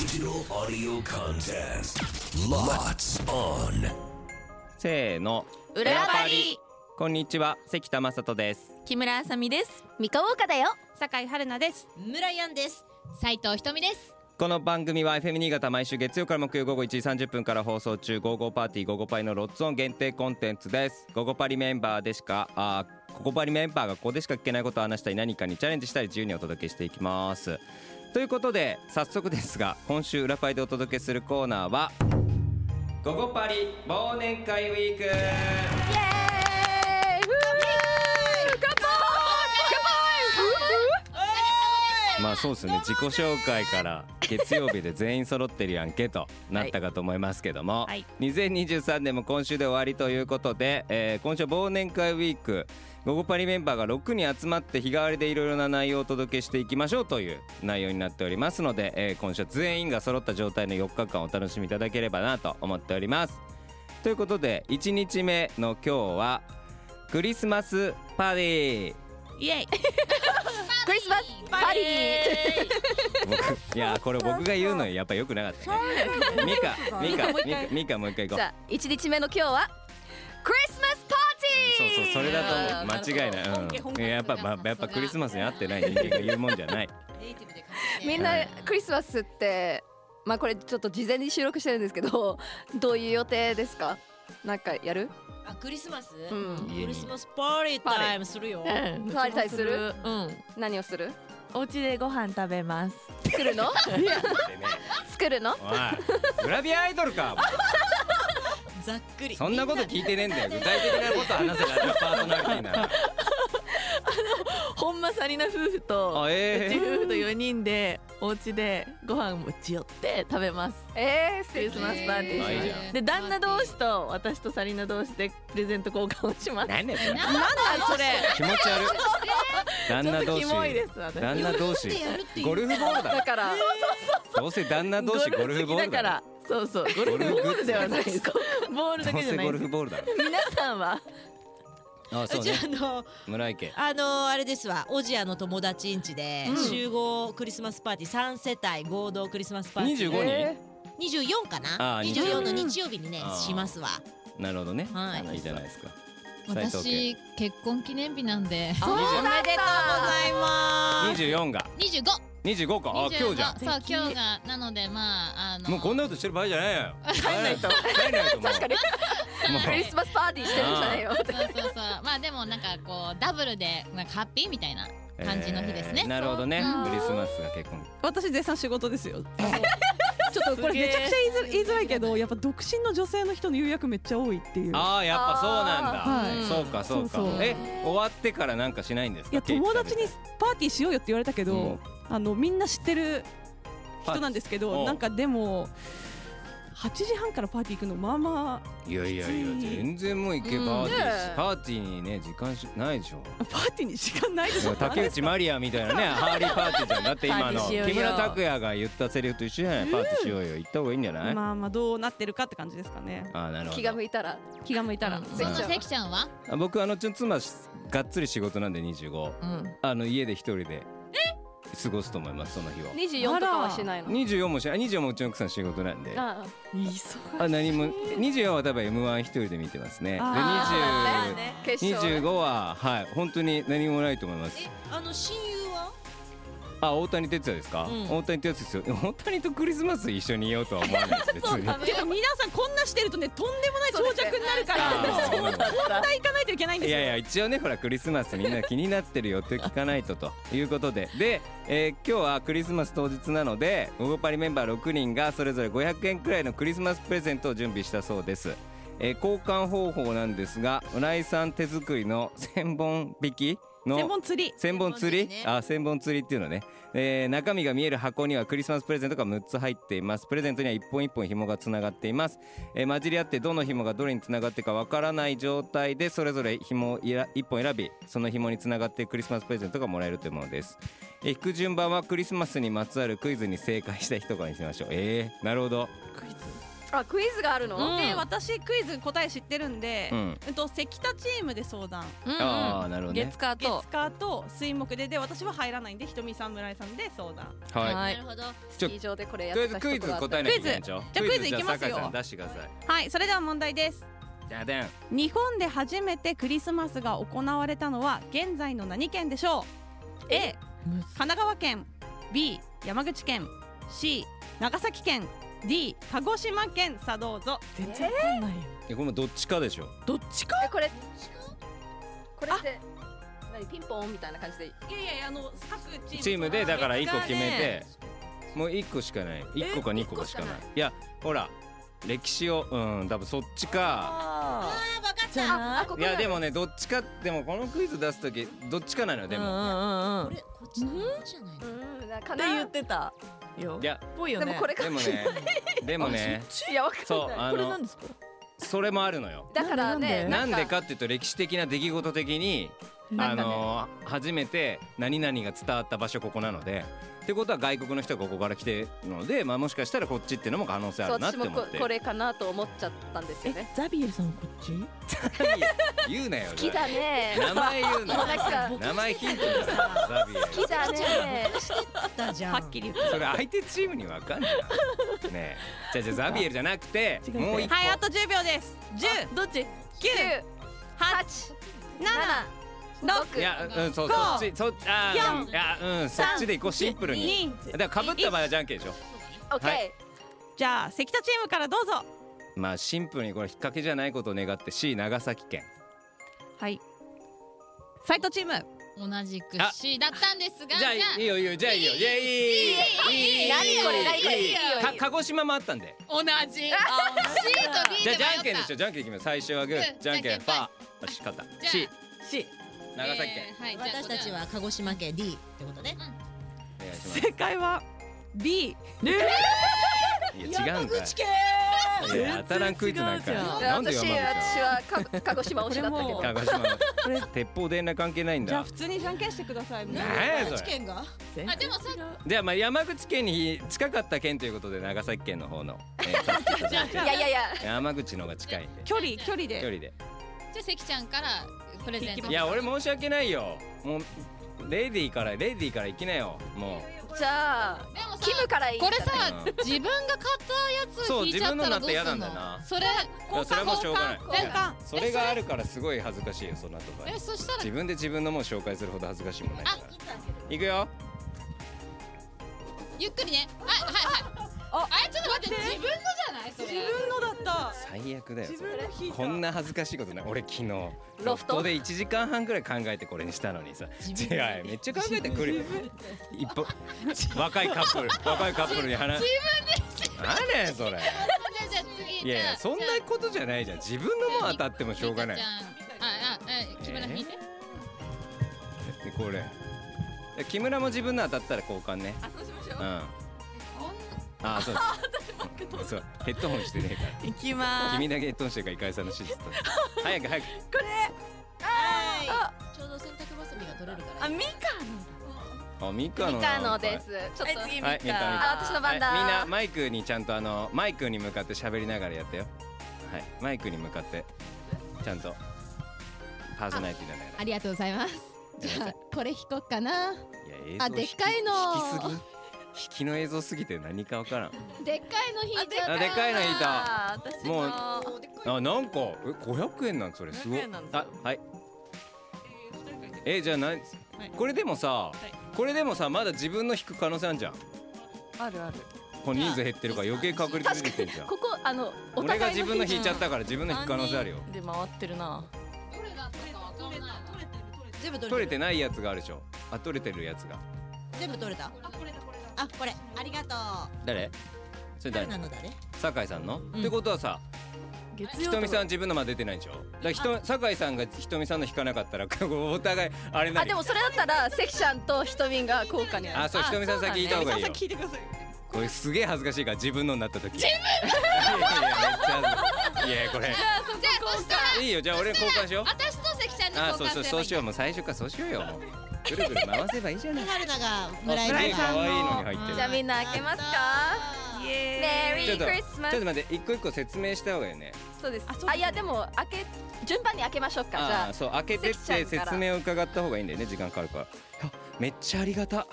Digital audio contest. Lots on. せーの、 裏パリ。 こんにちは、関田正人です。 木村あさみです。 三河岡だよ。 酒井春奈です。 村井杏です。 斉藤ひとみです。 この番組は FM 新潟毎週月曜から木曜午後1時30分から放送中、ゴーゴーパーティーゴーゴーパリのロッツオン限定コンテンツです。ゴーゴーパリメンバーでしかゴーゴーパリメンバーがここでしか聞けないことを話したり、何かにチャレンジしたり自由にお届けしていきます。ということで早速ですが、今週裏パリでお届けするコーナーはゴゴパリ忘年会ウィーク。イエーイ。まあそうですね、自己紹介から月曜日で全員揃ってるやんけとなったかと思いますけども、はい、2023年も今週で終わりということで、今週は忘年会ウィーク、ゴゴパリメンバーが6人集まって日替わりでいろいろな内容をお届けしていきましょうという内容になっておりますので、今週は全員が揃った状態の4日間をお楽しみいただければなと思っております。ということで1日目の今日はクリスマスパーティー。 イエイクリスマスパリー。 いやこれ僕が言うのやっぱ良くなかったね。ミカもう一回行こう。 じゃあ1日目の今日はクリスマスパーティー。 そうそれだと間違いない、やっぱクリスマスに合ってない人間が言うもんじゃない。 みんなクリスマスってまあこれちょっと事前に収録してるんですけど、どういう予定ですか？なんかやる？ クリスマス、 うん、 クリスマスパーティータイムするよ。 パーティーする？ うん。 何をする？ お家でご飯食べます。 作るの？作るの？ おい、グラビアアイドルか。 ざっくり。 そんなこと聞いてねえんだよ。具体的なこと話せないパートナリティなら。 本間紗理奈夫婦とうち夫婦と4人でお家でご飯持ち寄って食べます。クリスマスパーティーします。で旦那同士と私と紗理奈同士でプレゼント交換をします。 なんだそれ。気持ち悪い。旦那同士。 キモいです私。 旦那同士。ゴルフボールだ。 だからどうせ旦那同士ゴルフボールだから。 そうゴルフボールではないです。ボールだけじゃない。 どうせゴルフボールだろ。 皆さんは？ あ、そうね。村井家あれですわ、オジアの友達ん家で集合クリスマスパーティー3世帯合同クリスマスパーティー 25 人24かな、24の日曜日にねしますわ。 なるほどね、 はい、 いいじゃないですか。 私結婚記念日なんで。 おめでとうございます。 24が25か。あ、今日じゃん。 そう今日がなので、まあもうこんなことしてる場合じゃないよ。 帰んないと確かにクリスマスパーティーしてるんじゃないよ。 そうまあでもなんかこうダブルでなんかハッピーみたいな感じの日ですね。 なるほどね。クリスマスが結婚。 私絶賛仕事ですよ。ちょっとこれめちゃくちゃ言いづらいけど、やっぱ独身の女性の人の予約めっちゃ多いっていう。 ああ、やっぱそうなんだ。 はい、 そうか。終わってからなんかしないんですか？ いや、友達にパーティーしようよって言われたけど、みんな知ってる人なんですけど、なんかでも8時半からパーティー行くのまあまあ。 いや全然もう行けばパーティーにね時間ないでしょ。 パーティーに時間ないでしょ。 竹内まりやみたいなねハーリーパーティーじゃん。だって今の木村拓哉が言ったセリフと一緒じゃない。パーティーしようよ、行った方がいいんじゃない？ まあどうなってるかって感じですかね。 あ、なるほど。 気が向いたらその関ちゃんは？ 僕妻がっつり仕事なんで25、家で一人で過ごすと思います。その日は 24とかはしないの ？24もしない。24もうちの奥さん仕事なんで何も。24は多分 M1 一人で見てますね。で25は本当に何もないと思います。 親友は？ 大谷哲也ですか？大谷哲也ですよ。大谷とクリスマス一緒にいようとは思わないです別に。 けど皆さんこんなしてるとね、とんでもない長尺になるから本題行かないといけないんですよ。 いや一応ね、ほらクリスマスみんな気になってるよって聞かないとということで今日はクリスマス当日なので、ゴゴパリメンバー6人がそれぞれ500円くらいのクリスマスプレゼントを準備したそうです。交換方法なんですが、村井さん手作りの千本引きの千本釣りっていうのね、中身が見える箱にはクリスマスプレゼントが6つ入っています。プレゼントには一本一本紐がつながっています。混じり合ってどの紐がどれにつながっているかわからない状態でそれぞれ紐を1本選び、その紐につながってクリスマスプレゼントがもらえるというものです。引く順番はクリスマスにまつわるクイズに正解した人からにしましょう。なるほど。 あ、クイズがあるの？ で私クイズ答え知ってるんで、関田チームで相談。 ああ、なるほどね。 月火と水木で私は入らないんで、ひとみさん村井さんで相談。 はい。 なるほど。 スキー場でこれやとりあえってた人ずクイズ答えなきゃいけないんでしょ。 じゃあクイズいきますよ。 じゃあ酒井さん出してください。 はい、それでは問題です。 じゃあでん。 日本で初めてクリスマスが行われたのは現在の何県でしょう？ A 神奈川県、 B 山口県、 C 長崎県、 D 鹿児島県。さあどうぞ。 全然わかんないよ。 これもどっちかでしょ。 どっちか。 これって何ピンポンみたいな感じで。 いや各チームでだから1個決めて、もう1個しかない。1個か2個かしかない。いやほら歴史を多分そっちか。 あー、わかっじゃた。 あいやでもねどっちか。でもこのクイズ出す時どっちかなのよ。でもこれこっちの方じゃないの？ かって言ってたよ。 いやぽいよね。 でもこれかでもねでもねいやわかんない。 そうこれなんですか？ それもあるのよ。 だからねなんでかっていうと歴史的な出来事的に初めて何々が伝わった場所ここなので、ってことは外国の人がここから来てるので、まあもしかしたらこっちっていうのも可能性あるなって思って。 私もこれかなと思っちゃったんですよね。 ザビエルさんこっち？ 言うなよ。 好きだね。 名前言うなよ。 もうなんか名前ヒントだよ。ザビエル。 好きだね。 だじゃん。 はっきり言って。 それ相手チームにわかんないな。ねえ。じゃあザビエルじゃなくてもう一個。 はい、あと10秒です。10、 どっち？ 9、8、7、6、 いやそっちそっちでいこうシンプルに。だから被った場合はじゃんけんでしょ。 オッケー。 じゃあ関田チームからどうぞ。 まあシンプルにこれ引っ掛けじゃないことを願って C 長崎県。 はい斉藤チーム。 同じく C だったんですが、 じゃあいいよいいよじゃあいいよ。いやいい。 何これ何これいいよ。 鹿児島もあったんで。 同じ C と D じゃあじで迷ゃんけんでしょ。じゃんけんいきます。最初はグー、じゃんけんパー。よし勝った。C 長崎県。 私たちは鹿児島県 D ってことね。 お願いします。 正解は B。 いや違うんかい。いや当たらんクイズなんか。なんで私山口は鹿児島推しだったけど。 鹿児島鉄砲電話関係ないんだ。 じゃあ普通にじゃんけんしてください。 なんやそれ。 県が？ あでもさじゃあまあ山口県に近かった県ということで長崎県の方の。 いやいやいや。 山口の方が近いんで。 距離で。 距離で。 じゃあ関ちゃんからプレゼント。 いや俺申し訳ないよ。もうレディーから行きなよ。もう。 じゃあでもさキムからいい。 これさ自分が買ったやつ引いちゃったらどうするの？ そう自分のなったら嫌なんだよな。 それそれはもうしょうがない。 交換。 それがあるからすごい恥ずかしいよそんなとこ。 そしたら自分で自分のもの紹介するほど恥ずかしいもんないから。いくよ。 ゆっくりね。はい。ちょっと待って自分のじゃないそれ。 自分のだった。 最悪だよ自分の引いた。 こんな恥ずかしいことない。俺昨日ロフトで1時間半くらい考えてこれにしたのにさ。違うめっちゃ考えてくる。一歩若いカップルに話。何ねんそれ。 じゃあ次。 いやいやそんなことじゃないじゃん。自分のも当たってもしょうがない。 木村引いて。 でこれ木村も自分の当たったら交換ね。 そうしましょう。 あそうそうヘッドホンしてねえからいきまーす。 君だけヘッドホンしてるからイカイさんの指示と早くはい。ちょうど洗濯バサミが取れるから。 あミカミカのミカのです。ちょっと次ミはいミカあ私の番だ。 みんなマイクにちゃんとマイクに向かって喋りながらやってよ。はいマイクに向かってちゃんとパーソナリティなんだから。 ありがとうございます。じゃあこれ引こっかな。 いや映像あでっかいの引きすぎ。引きの映像すぎて何かわからん。 でっかいの引いちゃった。 でっかいの引いた。 私もうのなんか500円なんそれすごい。 500円なんですよはいじゃあこれでもさまだ自分の引く可能性あるじゃん。 あるある。 この人数減ってるから余計確率出てきてるじゃん。 ここお俺が互いの自分の引いちゃったから自分の引く可能性あるよ。 で回ってるな。 どれだったかわかんない。 全部取れてないやつがあるでしょ。取れてるやつが全部取れた。あこれありがとう。 誰？それ誰？ 誰なの誰？ 酒井さんのってことはさひとみさん自分のまだ出てないんでしょ。だから酒井さんがひとみさんの引かなかったらお互いあれなでもそれだったら関ちゃんとひとみんが効果になる。 そうひとみさん先引いた方がいいよ。 聞いてください。 これすげえ恥ずかしいから自分のになった時。自分。いやめっちゃ恥ずかしい。いやこれ。 じゃあそしたらいいよじゃあ俺交換しよう。 私と関ちゃんに交換すればいい。 そうしようもう最初からそうしようよもう。ぐるぐる回せばいいじゃない。 春菜が村井すげえさん可愛いのに入ってる。 じゃあみんな開けますか。 メリークリスマス。 ちょっと待って、一個一個説明した方がいいよね。 そうです。 そうですねいやでも順番に開けましょうか。じゃあそう開けてって説明を伺った方がいいんだよね。時間かかるから。めっちゃありがた。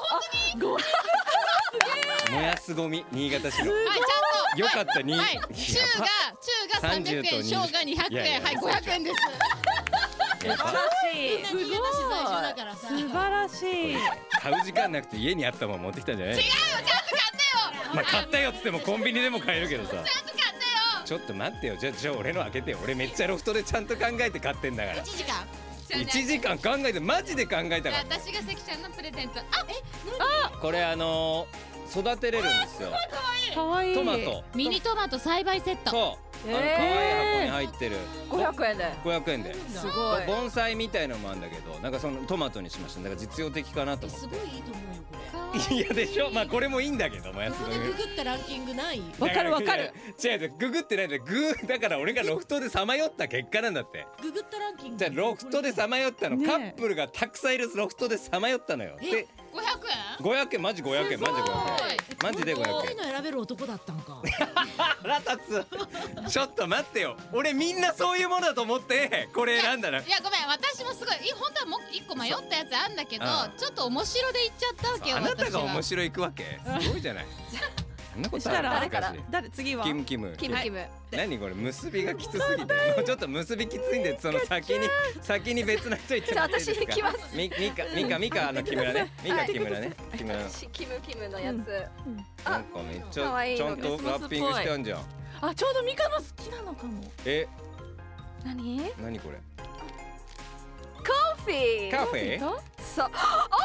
もやすゴミ新潟市の。 はいちよかったに。 ゃんとはい中が300円小が200円はい500円です素晴らしい。 新潟市在住だからさ素晴らしい。 買う時間なくて家にあったまま持ってきたんじゃない？違うよ、ちゃんと買ったよ。まあ買ったよっつってもコンビニでも買えるけどさ。 ちゃんと買ったよ。 ちょっと待ってよ。じゃあ俺の開けてよ。俺めっちゃロフトでちゃんと考えて買ってんだから 1。時間 1時間考えてマジで考えたから。 私が関ちゃんのプレゼントこれ育てれるんですよ。 可愛い。 トマト。 ミニトマト栽培セットそう。可愛い箱に入ってる。 500円で。 500円で。 すごい。 盆栽みたいのもあるんだけど、なんかそのトマトにしました。だから実用的かなと思っすごいいいと思うよこれて。いやでしょ。まあこれもいいんだけど、もやすここでググったランキングないわかるわかる。 違うググってないんだよ。だから俺がロフトでさまよった結果なんだって。 ググったランキングじゃあロフトでさまよったの、 ねえカップルがたくさんいるロフトでさまよったのよ。で 500円 500円マジ500円マジ500円マジで500 こういう円。 の選べる男だったんか腹立つ。ちょっと待ってよ。俺みんなそういうものだと思ってこれ選んだら。 いやごめん私もすごい本当はもう1個迷ったやつあんだけどうんちょっと面白で言っちゃったわけよあなたが私は面白いくわけすごいじゃない。そんなことあるしたら恥ずかしい。 誰次は。 キムキム。 キム。 何これ結びがきつすぎてもうちょっと結びきついんでその先に別の人言ってもらっていいですか。 じゃあ私行きますミカ木村ね。木村ね。木村のキムのやつ。 なんかめっち可愛いのゃちゃんとラッピングしてあんじゃん。 あ、ちょうどミカの好きなのかも。 何？ 何これ。 コーヒー。 カフェ？ そう。I love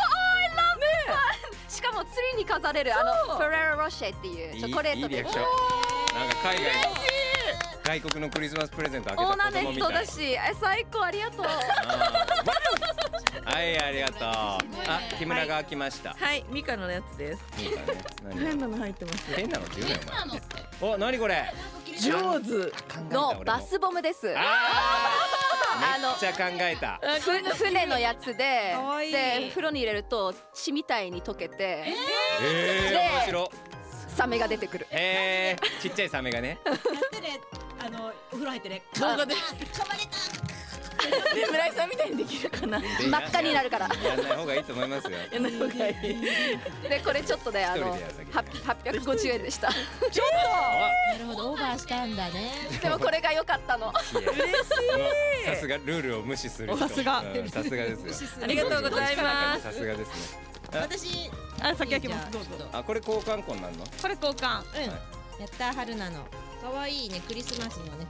it。しかもツリーに飾れるフェレロロシェっていうチョコレートです。 いいリアクション。なんか外国のクリスマスプレゼント開けオーナた子供みたい。 メントだし、最高ありがとう。 はいありがとう。あ木村が来ました。 はいミカのやつです。 いいからね。 変なの入ってます。 変なのって言うなよなのってお前。お何これ。 上手。 のバスボムです。 めっちゃ考えた。 船のやつでかわいいで風呂に入れると血みたいに溶けて面白。 サメが出てくる。 ちっちゃいサメがね。 やってねお風呂入ってね動画で。 噛まれたで村井さんみたいにできるかな。 真っ赤になるから。 やんない方がいいと思いますよ。 やんない方がいい。 でこれちょっとね一人でやるだけ 850円でした。 なるほどオーバーしたんだねでもこれが良かったの。 嬉しい。さすがルールを無視する人。 さすがうんさすがですよ。 ありがとうございます。 さすがですね。 私あ、先開けます。どうぞ。 あこれ交換庫になるの？ これ交換。 うんやった春なのかわいいねクリスマスのね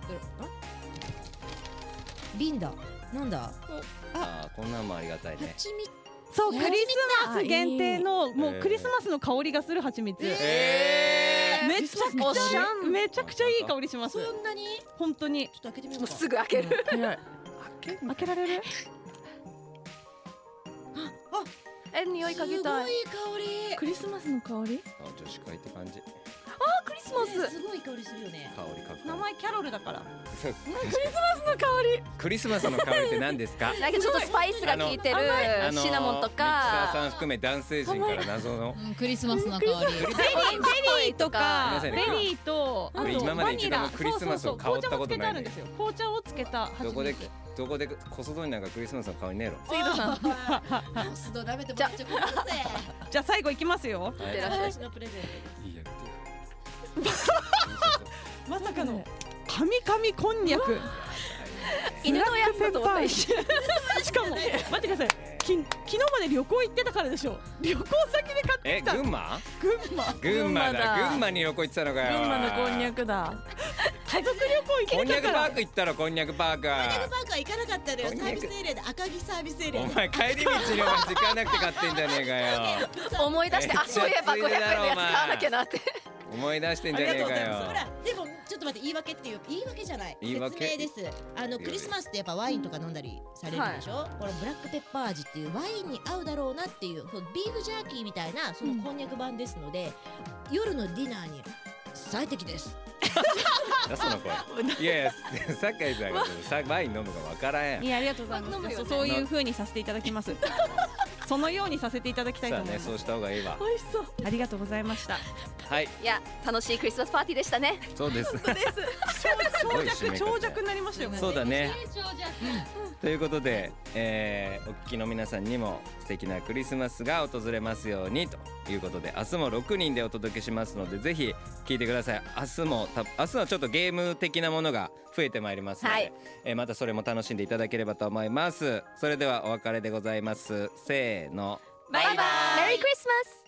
瓶だなんだあこんなんもありがたいね。 蜂蜜そう、クリスマス限定のもうクリスマスの香りがする蜂蜜。めちゃくおしゃんめちゃくちゃいい香りします。 そんなに本当に。 ちょっと開けてみよもううかすぐ開ける。 開けられる？ 匂いかけたい。 すごい香りクリスマスの香り？ あ女子会って感じ。 クリスマス。 すごい香りするよね香りかっこいい。 名前キャロルだから。 クリスマスの香りって何ですか？ なんかちょっとスパイスが効いてるシナモンとミキサーさかん含め男性陣から謎の。 クリスマスの香りベリーとかごめんなさいねベリーとあと今まで一度もバニラクリスマスを香ったことないね紅茶もつけてあるんですよ。紅茶をつけた蜂蜜。 どこでこそどになんかクリスマスの香りねえろ。 杉戸さん。 ホスト舐めてもらっちゃ困るぜじゃあ最後いきますよ。 はい私のプレゼントいいやまさかのカミカミこんにゃく。 犬のやつだと思った一瞬。 しかも待ってください。昨日まで旅行行ってたからでしょ。旅行先で買ってきた。 群馬？ 群馬群馬に旅行行ってたのかよ。 群馬のこんにゃくだ。 家族旅行行こんにゃくパってたから。 ーク行ったらこんにゃくパーク。 パークは行かなかったのよサービスエリアで赤城サービスエリアお前帰り道にお前時間なくて買ってんじゃねえかよ。 思い出してそういえば500円のやつ買わなきゃなって。 思い出してんじゃねえかほよ。 らでもちょっと待って言い訳っていう言い訳じゃない言い訳説明ですクリスマスってやっぱワインとか飲んだりされるでしょ、このブラックペッパー味っていうワインに合うだろうなっていうそのビーフジャーキーみたいなそのこんにゃく版ですので、夜のディナーに最適ですその声。いやいや酒井さんがワイン飲むかわからんやん。 いやありがとうございます。 飲むよねそういう風にさせていただきます。そのようにさせていただきたいと思います。 そうねそうした方がいいわ。 美味しそう。 ありがとうございました。 はい、 いや楽しいクリスマスパーティーでしたね。 そうです。 本当です長尺になりましたよね。 そうだね。ということで、お聞きの皆さんにも素敵なクリスマスが訪れますようにということで、明日も6人でお届けしますので、ぜひ聞いてください。明日はちょっとゲーム的なものが増えてまいりますので、はい、またそれも楽しんでいただければと思います。それではお別れでございます。せーの、 バイバイ。メリークリスマス。